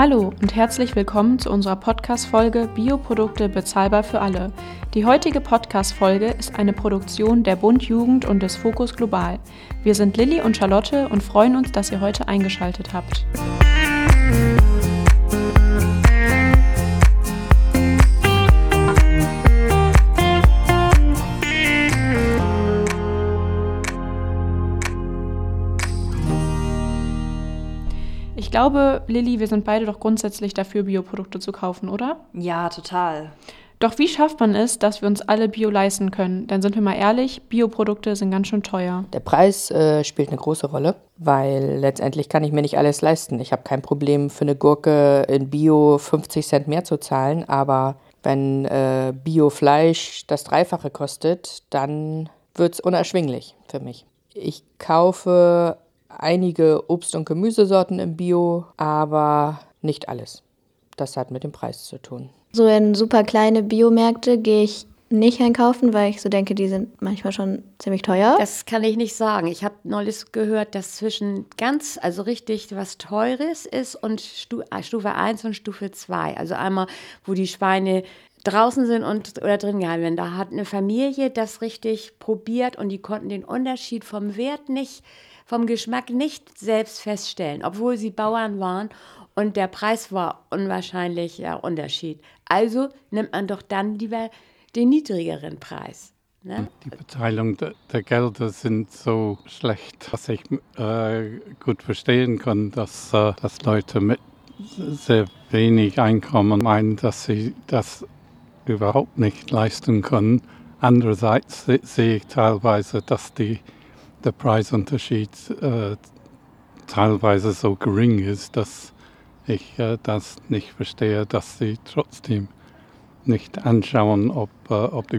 Hallo und herzlich willkommen zu unserer Podcast-Folge Bioprodukte bezahlbar für alle. Die heutige Podcast-Folge ist eine Produktion der Bund Jugend und des Fokus Global. Wir sind Lilly und Charlotte und freuen uns, dass ihr heute eingeschaltet habt. Ich glaube, Lilly, wir sind beide doch grundsätzlich dafür, Bioprodukte zu kaufen, oder? Ja, total. Doch wie schafft man es, dass wir uns alle Bio leisten können? Denn sind wir mal ehrlich, Bioprodukte sind ganz schön teuer. Der Preis spielt eine große Rolle, weil letztendlich kann ich mir nicht alles leisten. Ich habe kein Problem, für eine Gurke in Bio 50 Cent mehr zu zahlen, aber wenn Biofleisch das Dreifache kostet, dann wird es unerschwinglich für mich. Ich kaufe einige Obst- und Gemüsesorten im Bio, aber nicht alles. Das hat mit dem Preis zu tun. So in super kleine Biomärkte gehe ich nicht einkaufen, weil ich so denke, die sind manchmal schon ziemlich teuer. Das kann ich nicht sagen. Ich habe neulich gehört, dass zwischen also richtig was Teures ist und Stufe 1 und Stufe 2. Also einmal, wo die Schweine draußen sind oder drin gehalten werden. Da hat eine Familie das richtig probiert und die konnten den Unterschied vom Wert nicht, vom Geschmack nicht selbst feststellen, obwohl sie Bauern waren und der Preis war unwahrscheinlicher Unterschied. Also nimmt man doch dann lieber den niedrigeren Preis. Ne? Die Beteiligung der Gelder sind so schlecht, dass ich gut verstehen kann, dass Leute mit sehr wenig Einkommen meinen, dass sie das überhaupt nicht leisten können. Andererseits sehe ich teilweise, dass der Preisunterschied teilweise so gering ist, dass ich das nicht verstehe, dass sie trotzdem nicht anschauen, ob sie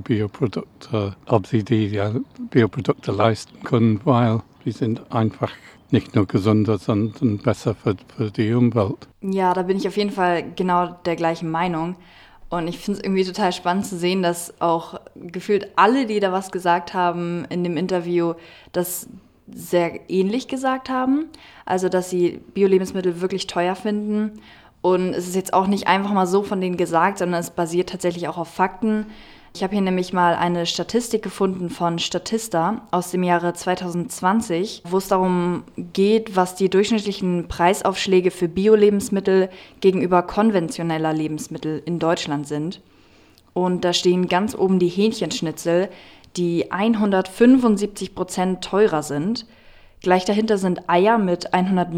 die Bioprodukte leisten können, weil die sind einfach nicht nur gesünder, sondern besser für die Umwelt. Ja, da bin ich auf jeden Fall genau der gleichen Meinung. Und ich finde es irgendwie total spannend zu sehen, dass auch gefühlt alle, die da was gesagt haben in dem Interview, das sehr ähnlich gesagt haben. Also, dass sie Bio-Lebensmittel wirklich teuer finden. Und es ist jetzt auch nicht einfach mal so von denen gesagt, sondern es basiert tatsächlich auch auf Fakten. Ich habe hier nämlich mal eine Statistik gefunden von Statista aus dem Jahre 2020, wo es darum geht, was die durchschnittlichen Preisaufschläge für Bio-Lebensmittel gegenüber konventioneller Lebensmittel in Deutschland sind. Und da stehen ganz oben die Hähnchenschnitzel, die 175% teurer sind. Gleich dahinter sind Eier mit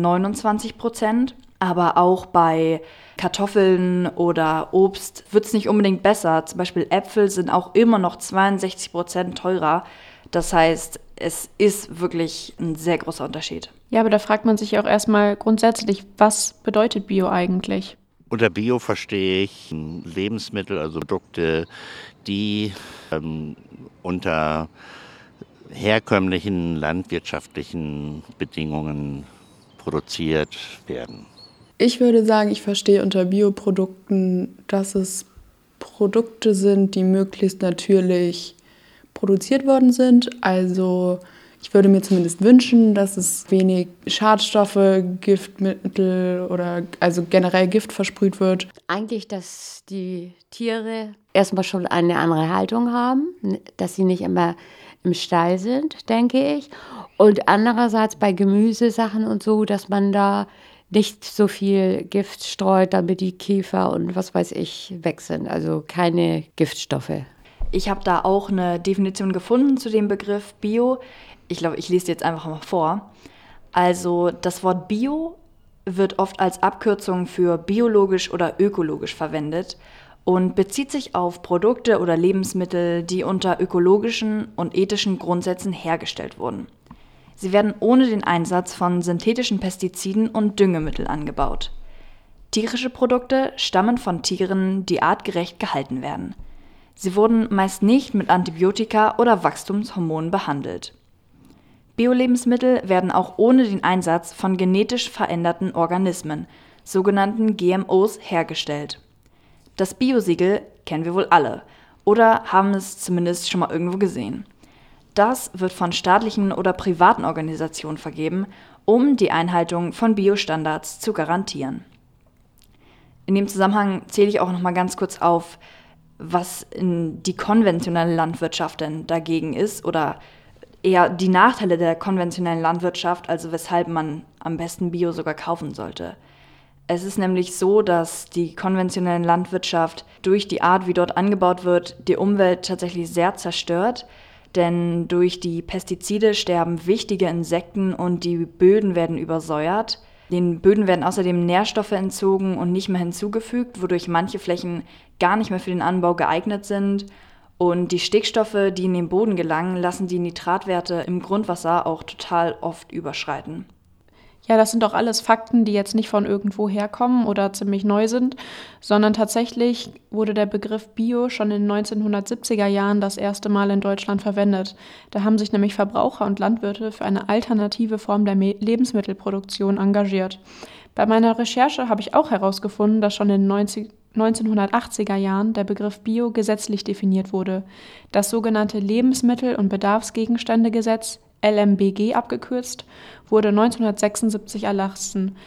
129%. Aber auch bei Kartoffeln oder Obst wird es nicht unbedingt besser. Zum Beispiel Äpfel sind auch immer noch 62% teurer. Das heißt, es ist wirklich ein sehr großer Unterschied. Ja, aber da fragt man sich auch erstmal grundsätzlich, was bedeutet Bio eigentlich? Unter Bio verstehe ich Lebensmittel, also Produkte, die unter herkömmlichen landwirtschaftlichen Bedingungen produziert werden. Ich würde sagen, ich verstehe unter Bioprodukten, dass es Produkte sind, die möglichst natürlich produziert worden sind. Also ich würde mir zumindest wünschen, dass es wenig Schadstoffe, Giftmittel oder also generell Gift versprüht wird. Eigentlich, dass die Tiere erstmal schon eine andere Haltung haben, dass sie nicht immer im Stall sind, denke ich. Und andererseits bei Gemüsesachen und so, dass man da nicht so viel Gift streut, damit die Käfer und was weiß ich weg sind. Also keine Giftstoffe. Ich habe da auch eine Definition gefunden zu dem Begriff Bio. Ich glaube, ich lese jetzt einfach mal vor. Also das Wort Bio wird oft als Abkürzung für biologisch oder ökologisch verwendet und bezieht sich auf Produkte oder Lebensmittel, die unter ökologischen und ethischen Grundsätzen hergestellt wurden. Sie werden ohne den Einsatz von synthetischen Pestiziden und Düngemittel angebaut. Tierische Produkte stammen von Tieren, die artgerecht gehalten werden. Sie wurden meist nicht mit Antibiotika oder Wachstumshormonen behandelt. Bio-Lebensmittel werden auch ohne den Einsatz von genetisch veränderten Organismen, sogenannten GMOs, hergestellt. Das Bio-Siegel kennen wir wohl alle oder haben es zumindest schon mal irgendwo gesehen. Das wird von staatlichen oder privaten Organisationen vergeben, um die Einhaltung von Biostandards zu garantieren. In dem Zusammenhang zähle ich auch noch mal ganz kurz auf, was die konventionelle Landwirtschaft denn dagegen ist oder eher die Nachteile der konventionellen Landwirtschaft, also weshalb man am besten Bio sogar kaufen sollte. Es ist nämlich so, dass die konventionelle Landwirtschaft durch die Art, wie dort angebaut wird, die Umwelt tatsächlich sehr zerstört, denn durch die Pestizide sterben wichtige Insekten und die Böden werden übersäuert. Den Böden werden außerdem Nährstoffe entzogen und nicht mehr hinzugefügt, wodurch manche Flächen gar nicht mehr für den Anbau geeignet sind. Und die Stickstoffe, die in den Boden gelangen, lassen die Nitratwerte im Grundwasser auch total oft überschreiten. Ja, das sind doch alles Fakten, die jetzt nicht von irgendwo herkommen oder ziemlich neu sind, sondern tatsächlich wurde der Begriff Bio schon in den 1970er Jahren das erste Mal in Deutschland verwendet. Da haben sich nämlich Verbraucher und Landwirte für eine alternative Form der Lebensmittelproduktion engagiert. Bei meiner Recherche habe ich auch herausgefunden, dass schon in den 1980er Jahren der Begriff Bio gesetzlich definiert wurde. Das sogenannte Lebensmittel- und Bedarfsgegenständegesetz, LMBG abgekürzt, wurde 1976 erlassen.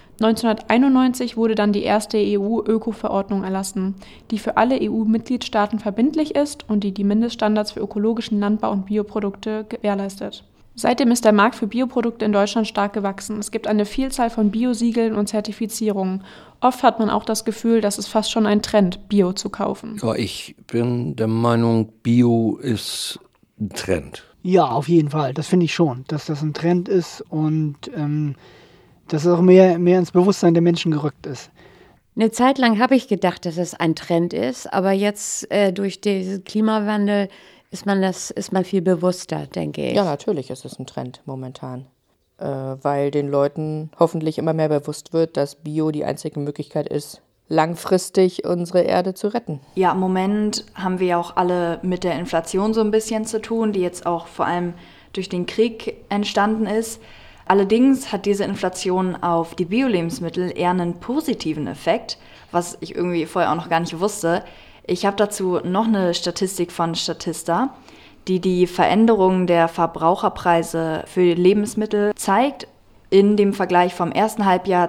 1991 wurde dann die erste EU-Öko-Verordnung erlassen, die für alle EU-Mitgliedstaaten verbindlich ist und die Mindeststandards für ökologischen Landbau und Bioprodukte gewährleistet. Seitdem ist der Markt für Bioprodukte in Deutschland stark gewachsen. Es gibt eine Vielzahl von Biosiegeln und Zertifizierungen. Oft hat man auch das Gefühl, dass es fast schon ein Trend, Bio zu kaufen. Ja, ich bin der Meinung, Bio ist ein Trend. Ja, auf jeden Fall. Das finde ich schon, dass das ein Trend ist und dass es auch mehr ins Bewusstsein der Menschen gerückt ist. Eine Zeit lang habe ich gedacht, dass es ein Trend ist, aber jetzt durch den Klimawandel ist man viel bewusster, denke ich. Ja, natürlich ist es ein Trend momentan, weil den Leuten hoffentlich immer mehr bewusst wird, dass Bio die einzige Möglichkeit ist, langfristig unsere Erde zu retten. Ja, im Moment haben wir ja auch alle mit der Inflation so ein bisschen zu tun, die jetzt auch vor allem durch den Krieg entstanden ist. Allerdings hat diese Inflation auf die Bio-Lebensmittel eher einen positiven Effekt, was ich irgendwie vorher auch noch gar nicht wusste. Ich habe dazu noch eine Statistik von Statista, die Veränderung der Verbraucherpreise für Lebensmittel zeigt in dem Vergleich vom ersten Halbjahr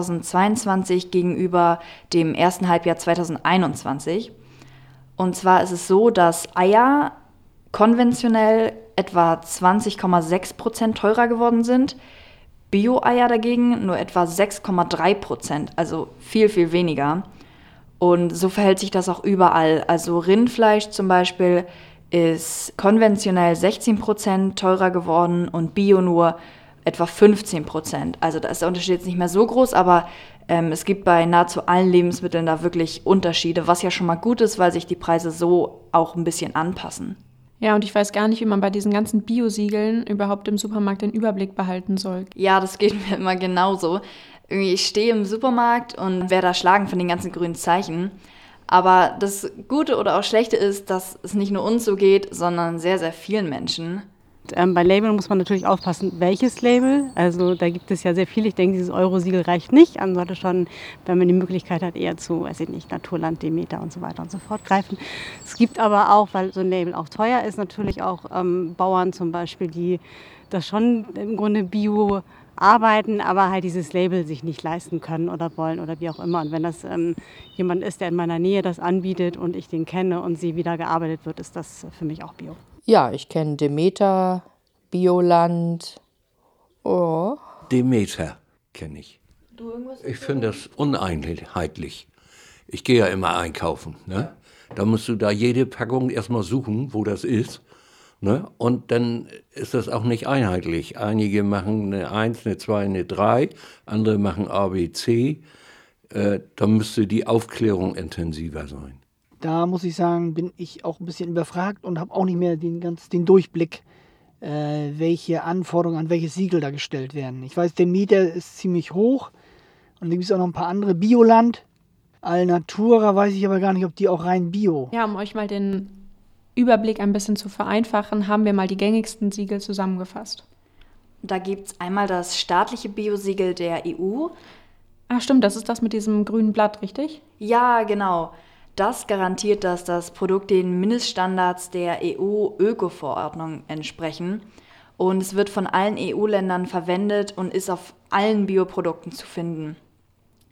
2022 gegenüber dem ersten Halbjahr 2021. Und zwar ist es so, dass Eier konventionell etwa 20,6% teurer geworden sind, Bio-Eier dagegen nur etwa 6,3%, also viel, viel weniger. Und so verhält sich das auch überall. Also Rindfleisch zum Beispiel ist konventionell 16% teurer geworden und Bio nur etwa 15%. Also da ist der Unterschied jetzt nicht mehr so groß, aber es gibt bei nahezu allen Lebensmitteln da wirklich Unterschiede, was ja schon mal gut ist, weil sich die Preise so auch ein bisschen anpassen. Ja, und ich weiß gar nicht, wie man bei diesen ganzen Biosiegeln überhaupt im Supermarkt den Überblick behalten soll. Ja, das geht mir immer genauso. Irgendwie, ich stehe im Supermarkt und werde erschlagen von den ganzen grünen Zeichen. Aber das Gute oder auch Schlechte ist, dass es nicht nur uns so geht, sondern sehr, sehr vielen Menschen. Bei Labeln muss man natürlich aufpassen, welches Label. Also da gibt es ja sehr viel. Ich denke, dieses Euro-Siegel reicht nicht. Man sollte schon, wenn man die Möglichkeit hat, eher zu, weiß ich nicht, Naturland, Demeter und so weiter und so fort greifen. Es gibt aber auch, weil so ein Label auch teuer ist, natürlich auch Bauern zum Beispiel, die das schon im Grunde Bio arbeiten, aber halt dieses Label sich nicht leisten können oder wollen oder wie auch immer. Und wenn das jemand ist, der in meiner Nähe das anbietet und ich den kenne und sie wieder gearbeitet wird, ist das für mich auch Bio. Ja, ich kenne Demeter, Bioland. Oh. Demeter kenne ich. Du irgendwas? Ich finde das uneinheitlich. Ich gehe ja immer einkaufen. Ne? Da musst du da jede Packung erstmal suchen, wo das ist. Ne? Und dann ist das auch nicht einheitlich. Einige machen eine 1, eine 2, eine 3, andere machen A, B, C. Da müsste die Aufklärung intensiver sein. Da muss ich sagen, bin ich auch ein bisschen überfragt und habe auch nicht mehr den Durchblick, welche Anforderungen an welches Siegel da gestellt werden. Ich weiß, der Meter ist ziemlich hoch und dann gibt es auch noch ein paar andere. Bioland, Alnatura, weiß ich aber gar nicht, ob die auch rein Bio. Ja, um euch mal den Überblick ein bisschen zu vereinfachen, haben wir mal die gängigsten Siegel zusammengefasst. Da gibt es einmal das staatliche Biosiegel der EU. Ach stimmt, das ist das mit diesem grünen Blatt, richtig? Ja, genau. Das garantiert, dass das Produkt den Mindeststandards der EU-Öko-Verordnung entsprechen. Und es wird von allen EU-Ländern verwendet und ist auf allen Bioprodukten zu finden.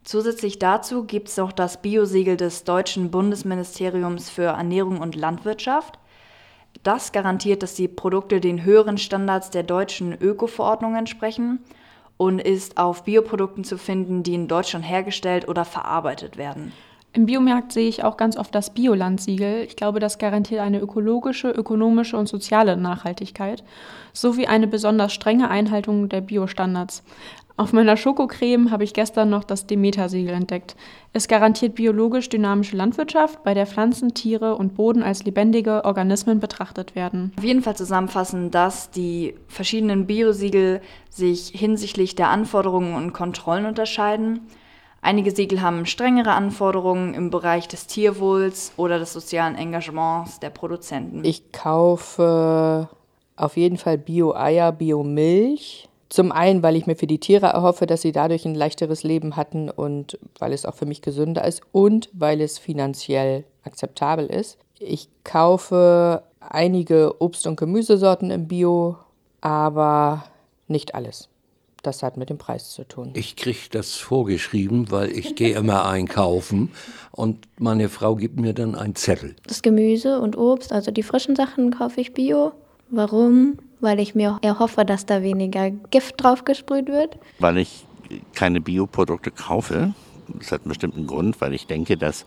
Zusätzlich dazu gibt es noch das Biosiegel des Deutschen Bundesministeriums für Ernährung und Landwirtschaft. Das garantiert, dass die Produkte den höheren Standards der deutschen Öko-Verordnung entsprechen und ist auf Bioprodukten zu finden, die in Deutschland hergestellt oder verarbeitet werden. Im Biomarkt sehe ich auch ganz oft das Bioland-Siegel. Ich glaube, das garantiert eine ökologische, ökonomische und soziale Nachhaltigkeit sowie eine besonders strenge Einhaltung der Biostandards. Auf meiner Schokocreme habe ich gestern noch das Demeter-Siegel entdeckt. Es garantiert biologisch dynamische Landwirtschaft, bei der Pflanzen, Tiere und Boden als lebendige Organismen betrachtet werden. Auf jeden Fall zusammenfassen, dass die verschiedenen Biosiegel sich hinsichtlich der Anforderungen und Kontrollen unterscheiden. Einige Siegel haben strengere Anforderungen im Bereich des Tierwohls oder des sozialen Engagements der Produzenten. Ich kaufe auf jeden Fall Bio-Eier, Biomilch. Zum einen, weil ich mir für die Tiere erhoffe, dass sie dadurch ein leichteres Leben hatten und weil es auch für mich gesünder ist und weil es finanziell akzeptabel ist. Ich kaufe einige Obst- und Gemüsesorten im Bio, aber nicht alles. Das hat mit dem Preis zu tun. Ich kriege das vorgeschrieben, weil ich gehe immer einkaufen und meine Frau gibt mir dann einen Zettel. Das Gemüse und Obst, also die frischen Sachen, kaufe ich Bio. Warum? Weil ich mir erhoffe, dass da weniger Gift drauf gesprüht wird. Weil ich keine Bioprodukte kaufe. Das hat einen bestimmten Grund, weil ich denke, dass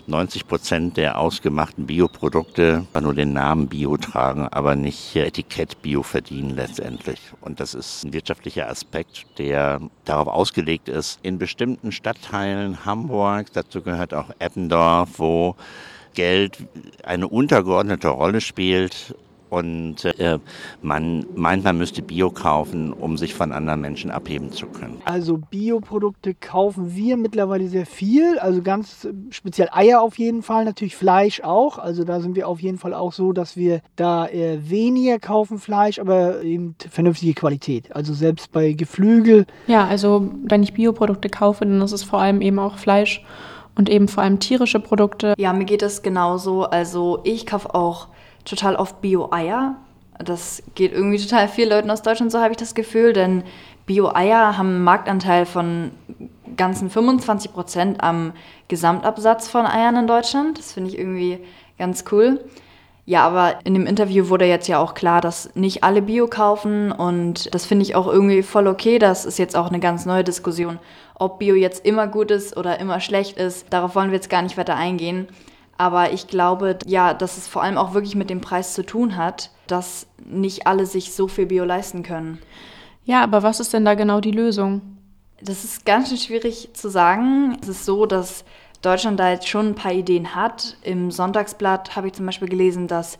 90% der ausgemachten Bioprodukte nur den Namen Bio tragen, aber nicht Etikett Bio verdienen letztendlich. Und das ist ein wirtschaftlicher Aspekt, der darauf ausgelegt ist, in bestimmten Stadtteilen Hamburgs, dazu gehört auch Eppendorf, wo Geld eine untergeordnete Rolle spielt. Und man meint, man müsste Bio kaufen, um sich von anderen Menschen abheben zu können. Also Bioprodukte kaufen wir mittlerweile sehr viel, also ganz speziell Eier auf jeden Fall, natürlich Fleisch auch. Also da sind wir auf jeden Fall auch so, dass wir da weniger kaufen Fleisch, aber eben vernünftige Qualität. Also selbst bei Geflügel. Ja, also wenn ich Bioprodukte kaufe, dann ist es vor allem eben auch Fleisch und eben vor allem tierische Produkte. Ja, mir geht es genauso. Also ich kaufe auch total oft Bio-Eier. Das geht irgendwie total vielen Leuten aus Deutschland, so habe ich das Gefühl, denn Bio-Eier haben einen Marktanteil von ganzen 25% am Gesamtabsatz von Eiern in Deutschland. Das finde ich irgendwie ganz cool. Ja, aber in dem Interview wurde jetzt ja auch klar, dass nicht alle Bio kaufen und das finde ich auch irgendwie voll okay. Das ist jetzt auch eine ganz neue Diskussion, ob Bio jetzt immer gut ist oder immer schlecht ist. Darauf wollen wir jetzt gar nicht weiter eingehen. Aber ich glaube, ja, dass es vor allem auch wirklich mit dem Preis zu tun hat, dass nicht alle sich so viel Bio leisten können. Ja, aber was ist denn da genau die Lösung? Das ist ganz schön schwierig zu sagen. Es ist so, dass Deutschland da jetzt schon ein paar Ideen hat. Im Sonntagsblatt habe ich zum Beispiel gelesen, dass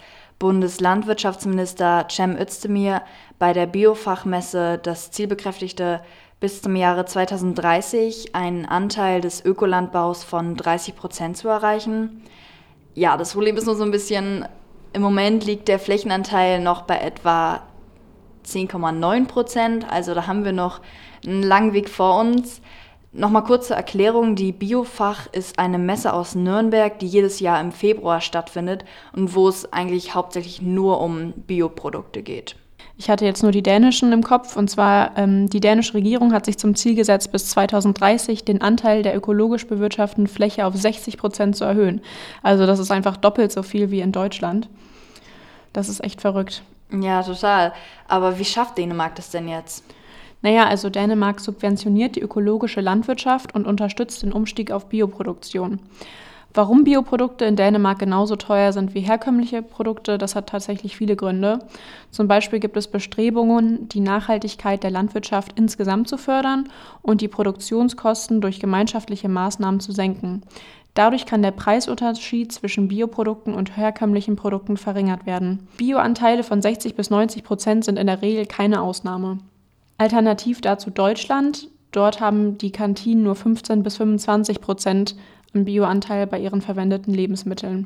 Bundeslandwirtschaftsminister Cem Özdemir bei der Biofachmesse das Ziel bekräftigte, bis zum Jahre 2030 einen Anteil des Ökolandbaus von 30% zu erreichen. Ja, das Problem ist nur so ein bisschen, im Moment liegt der Flächenanteil noch bei etwa 10,9%, also da haben wir noch einen langen Weg vor uns. Nochmal kurz zur Erklärung, die Biofach ist eine Messe aus Nürnberg, die jedes Jahr im Februar stattfindet und wo es eigentlich hauptsächlich nur um Bioprodukte geht. Ich hatte jetzt nur die dänischen im Kopf, und zwar die dänische Regierung hat sich zum Ziel gesetzt, bis 2030 den Anteil der ökologisch bewirtschafteten Fläche auf 60% zu erhöhen. Also das ist einfach doppelt so viel wie in Deutschland. Das ist echt verrückt. Ja, total. Aber wie schafft Dänemark das denn jetzt? Naja, also Dänemark subventioniert die ökologische Landwirtschaft und unterstützt den Umstieg auf Bioproduktion. Warum Bioprodukte in Dänemark genauso teuer sind wie herkömmliche Produkte, das hat tatsächlich viele Gründe. Zum Beispiel gibt es Bestrebungen, die Nachhaltigkeit der Landwirtschaft insgesamt zu fördern und die Produktionskosten durch gemeinschaftliche Maßnahmen zu senken. Dadurch kann der Preisunterschied zwischen Bioprodukten und herkömmlichen Produkten verringert werden. Bioanteile von 60-90% sind in der Regel keine Ausnahme. Alternativ dazu Deutschland. Dort haben die Kantinen nur 15-25% an Bioanteil bei ihren verwendeten Lebensmitteln.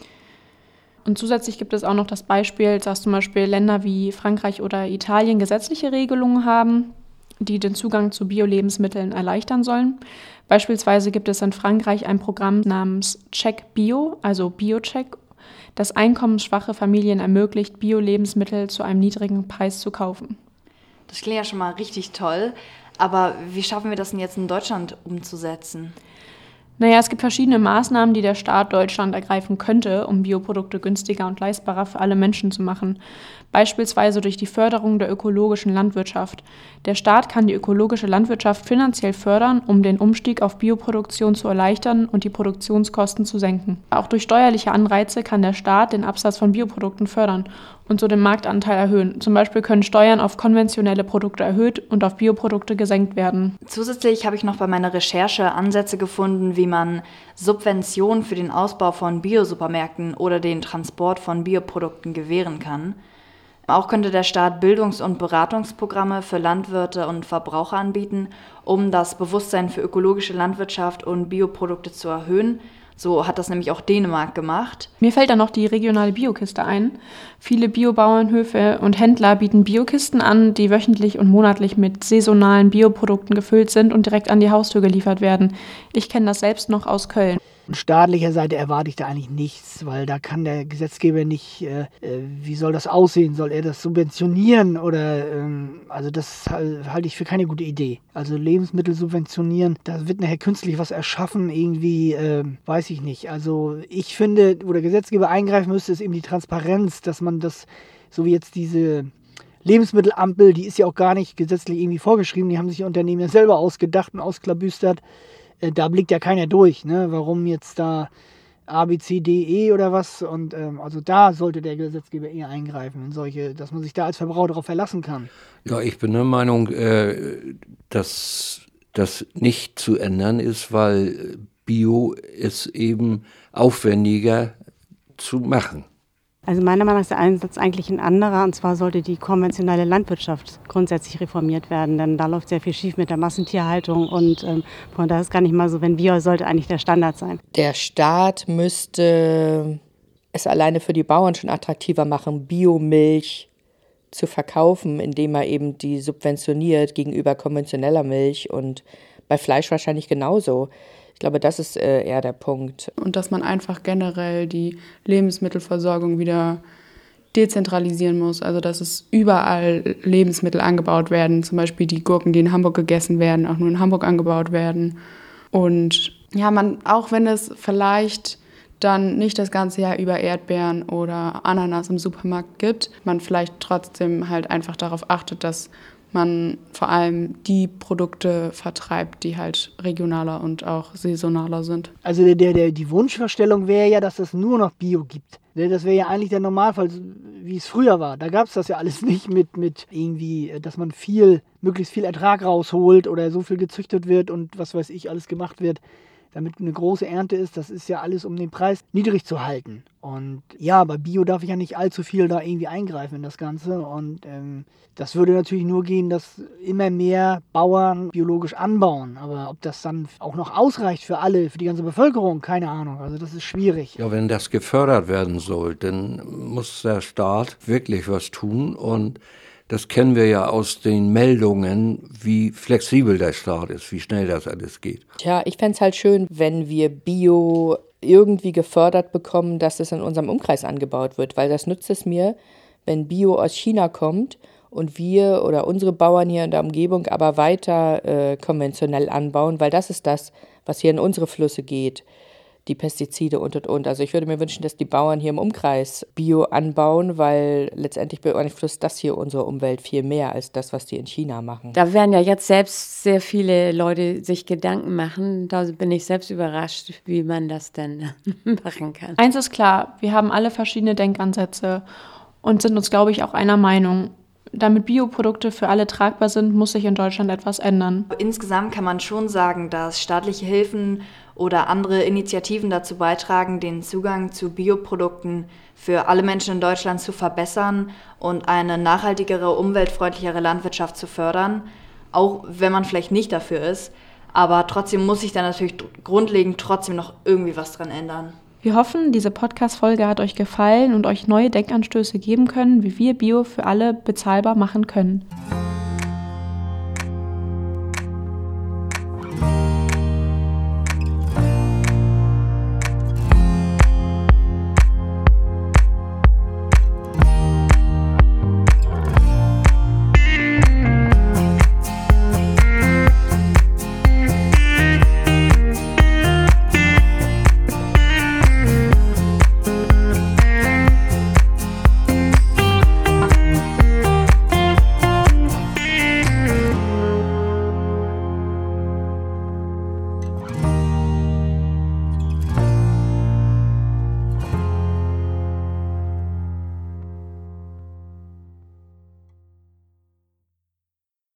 Und zusätzlich gibt es auch noch das Beispiel, dass zum Beispiel Länder wie Frankreich oder Italien gesetzliche Regelungen haben, die den Zugang zu Bio-Lebensmitteln erleichtern sollen. Beispielsweise gibt es in Frankreich ein Programm namens Check Bio, also BioCheck, das einkommensschwache Familien ermöglicht, Bio-Lebensmittel zu einem niedrigen Preis zu kaufen. Das klingt ja schon mal richtig toll. Aber wie schaffen wir das denn jetzt in Deutschland umzusetzen? Naja, es gibt verschiedene Maßnahmen, die der Staat Deutschland ergreifen könnte, um Bioprodukte günstiger und leistbarer für alle Menschen zu machen. Beispielsweise durch die Förderung der ökologischen Landwirtschaft. Der Staat kann die ökologische Landwirtschaft finanziell fördern, um den Umstieg auf Bioproduktion zu erleichtern und die Produktionskosten zu senken. Auch durch steuerliche Anreize kann der Staat den Absatz von Bioprodukten fördern und so den Marktanteil erhöhen. Zum Beispiel können Steuern auf konventionelle Produkte erhöht und auf Bioprodukte gesenkt werden. Zusätzlich habe ich noch bei meiner Recherche Ansätze gefunden, wie man Subventionen für den Ausbau von Biosupermärkten oder den Transport von Bioprodukten gewähren kann. Auch könnte der Staat Bildungs- und Beratungsprogramme für Landwirte und Verbraucher anbieten, um das Bewusstsein für ökologische Landwirtschaft und Bioprodukte zu erhöhen. So hat das nämlich auch Dänemark gemacht. Mir fällt da noch die regionale Biokiste ein. Viele Biobauernhöfe und Händler bieten Biokisten an, die wöchentlich und monatlich mit saisonalen Bioprodukten gefüllt sind und direkt an die Haustür geliefert werden. Ich kenne das selbst noch aus Köln. Von staatlicher Seite erwarte ich da eigentlich nichts, weil da kann der Gesetzgeber nicht, wie soll das aussehen? Soll er das subventionieren oder, also das halte ich für keine gute Idee. Also Lebensmittel subventionieren, da wird nachher künstlich was erschaffen, irgendwie, weiß ich nicht. Also ich finde, wo der Gesetzgeber eingreifen müsste, ist eben die Transparenz, dass man das, so wie jetzt diese Lebensmittelampel, die ist ja auch gar nicht gesetzlich irgendwie vorgeschrieben, die haben sich die Unternehmen ja selber ausgedacht und ausklabüstert. Da blickt ja keiner durch, ne? Warum jetzt da A, B, C, D, E oder was. Und also da sollte der Gesetzgeber eher eingreifen, in solche, dass man sich da als Verbraucher darauf verlassen kann. Ja, ich bin der Meinung, dass das nicht zu ändern ist, weil Bio ist eben aufwendiger zu machen. Also meiner Meinung nach ist der Einsatz eigentlich ein anderer, und zwar sollte die konventionelle Landwirtschaft grundsätzlich reformiert werden, denn da läuft sehr viel schief mit der Massentierhaltung und von daher ist gar nicht mal so, wenn Bio sollte eigentlich der Standard sein. Der Staat müsste es alleine für die Bauern schon attraktiver machen, Biomilch zu verkaufen, indem er eben die subventioniert gegenüber konventioneller Milch und bei Fleisch wahrscheinlich genauso. Ich glaube, das ist eher der Punkt. Und dass man einfach generell die Lebensmittelversorgung wieder dezentralisieren muss. Also dass es überall Lebensmittel angebaut werden. Zum Beispiel die Gurken, die in Hamburg gegessen werden, auch nur in Hamburg angebaut werden. Und ja, man, auch wenn es vielleicht dann nicht das ganze Jahr über Erdbeeren oder Ananas im Supermarkt gibt, man vielleicht trotzdem halt einfach darauf achtet, dass man vor allem die Produkte vertreibt, die halt regionaler und auch saisonaler sind. Also die Wunschvorstellung wäre ja, dass es nur noch Bio gibt. Das wäre ja eigentlich der Normalfall, wie es früher war. Da gab es das ja alles nicht mit irgendwie, dass man möglichst viel Ertrag rausholt oder so viel gezüchtet wird und was weiß ich, alles gemacht wird, damit eine große Ernte ist. Das ist ja alles, um den Preis niedrig zu halten. Und ja, bei Bio darf ich ja nicht allzu viel da irgendwie eingreifen in das Ganze. Und das würde natürlich nur gehen, dass immer mehr Bauern biologisch anbauen. Aber ob das dann auch noch ausreicht für alle, für die ganze Bevölkerung, keine Ahnung. Also das ist schwierig. Ja, wenn das gefördert werden soll, dann muss der Staat wirklich was tun. Und das kennen wir ja aus den Meldungen, wie flexibel der Staat ist, wie schnell das alles geht. Tja, ich fände es halt schön, wenn wir Bio irgendwie gefördert bekommen, dass es in unserem Umkreis angebaut wird, weil das nützt es mir, wenn Bio aus China kommt und wir oder unsere Bauern hier in der Umgebung aber weiter konventionell anbauen, weil das ist das, was hier in unsere Flüsse geht, die Pestizide und. Also ich würde mir wünschen, dass die Bauern hier im Umkreis Bio anbauen, weil letztendlich beeinflusst das hier unsere Umwelt viel mehr als das, was die in China machen. Da werden ja jetzt selbst sehr viele Leute sich Gedanken machen. Da bin ich selbst überrascht, wie man das denn machen kann. Eins ist klar, wir haben alle verschiedene Denkansätze und sind uns, glaube ich, auch einer Meinung. Damit Bioprodukte für alle tragbar sind, muss sich in Deutschland etwas ändern. Insgesamt kann man schon sagen, dass staatliche Hilfen oder andere Initiativen dazu beitragen, den Zugang zu Bioprodukten für alle Menschen in Deutschland zu verbessern und eine nachhaltigere, umweltfreundlichere Landwirtschaft zu fördern, auch wenn man vielleicht nicht dafür ist. Aber trotzdem muss sich da natürlich grundlegend trotzdem noch irgendwie was dran ändern. Wir hoffen, diese Podcast-Folge hat euch gefallen und euch neue Denkanstöße geben können, wie wir Bio für alle bezahlbar machen können.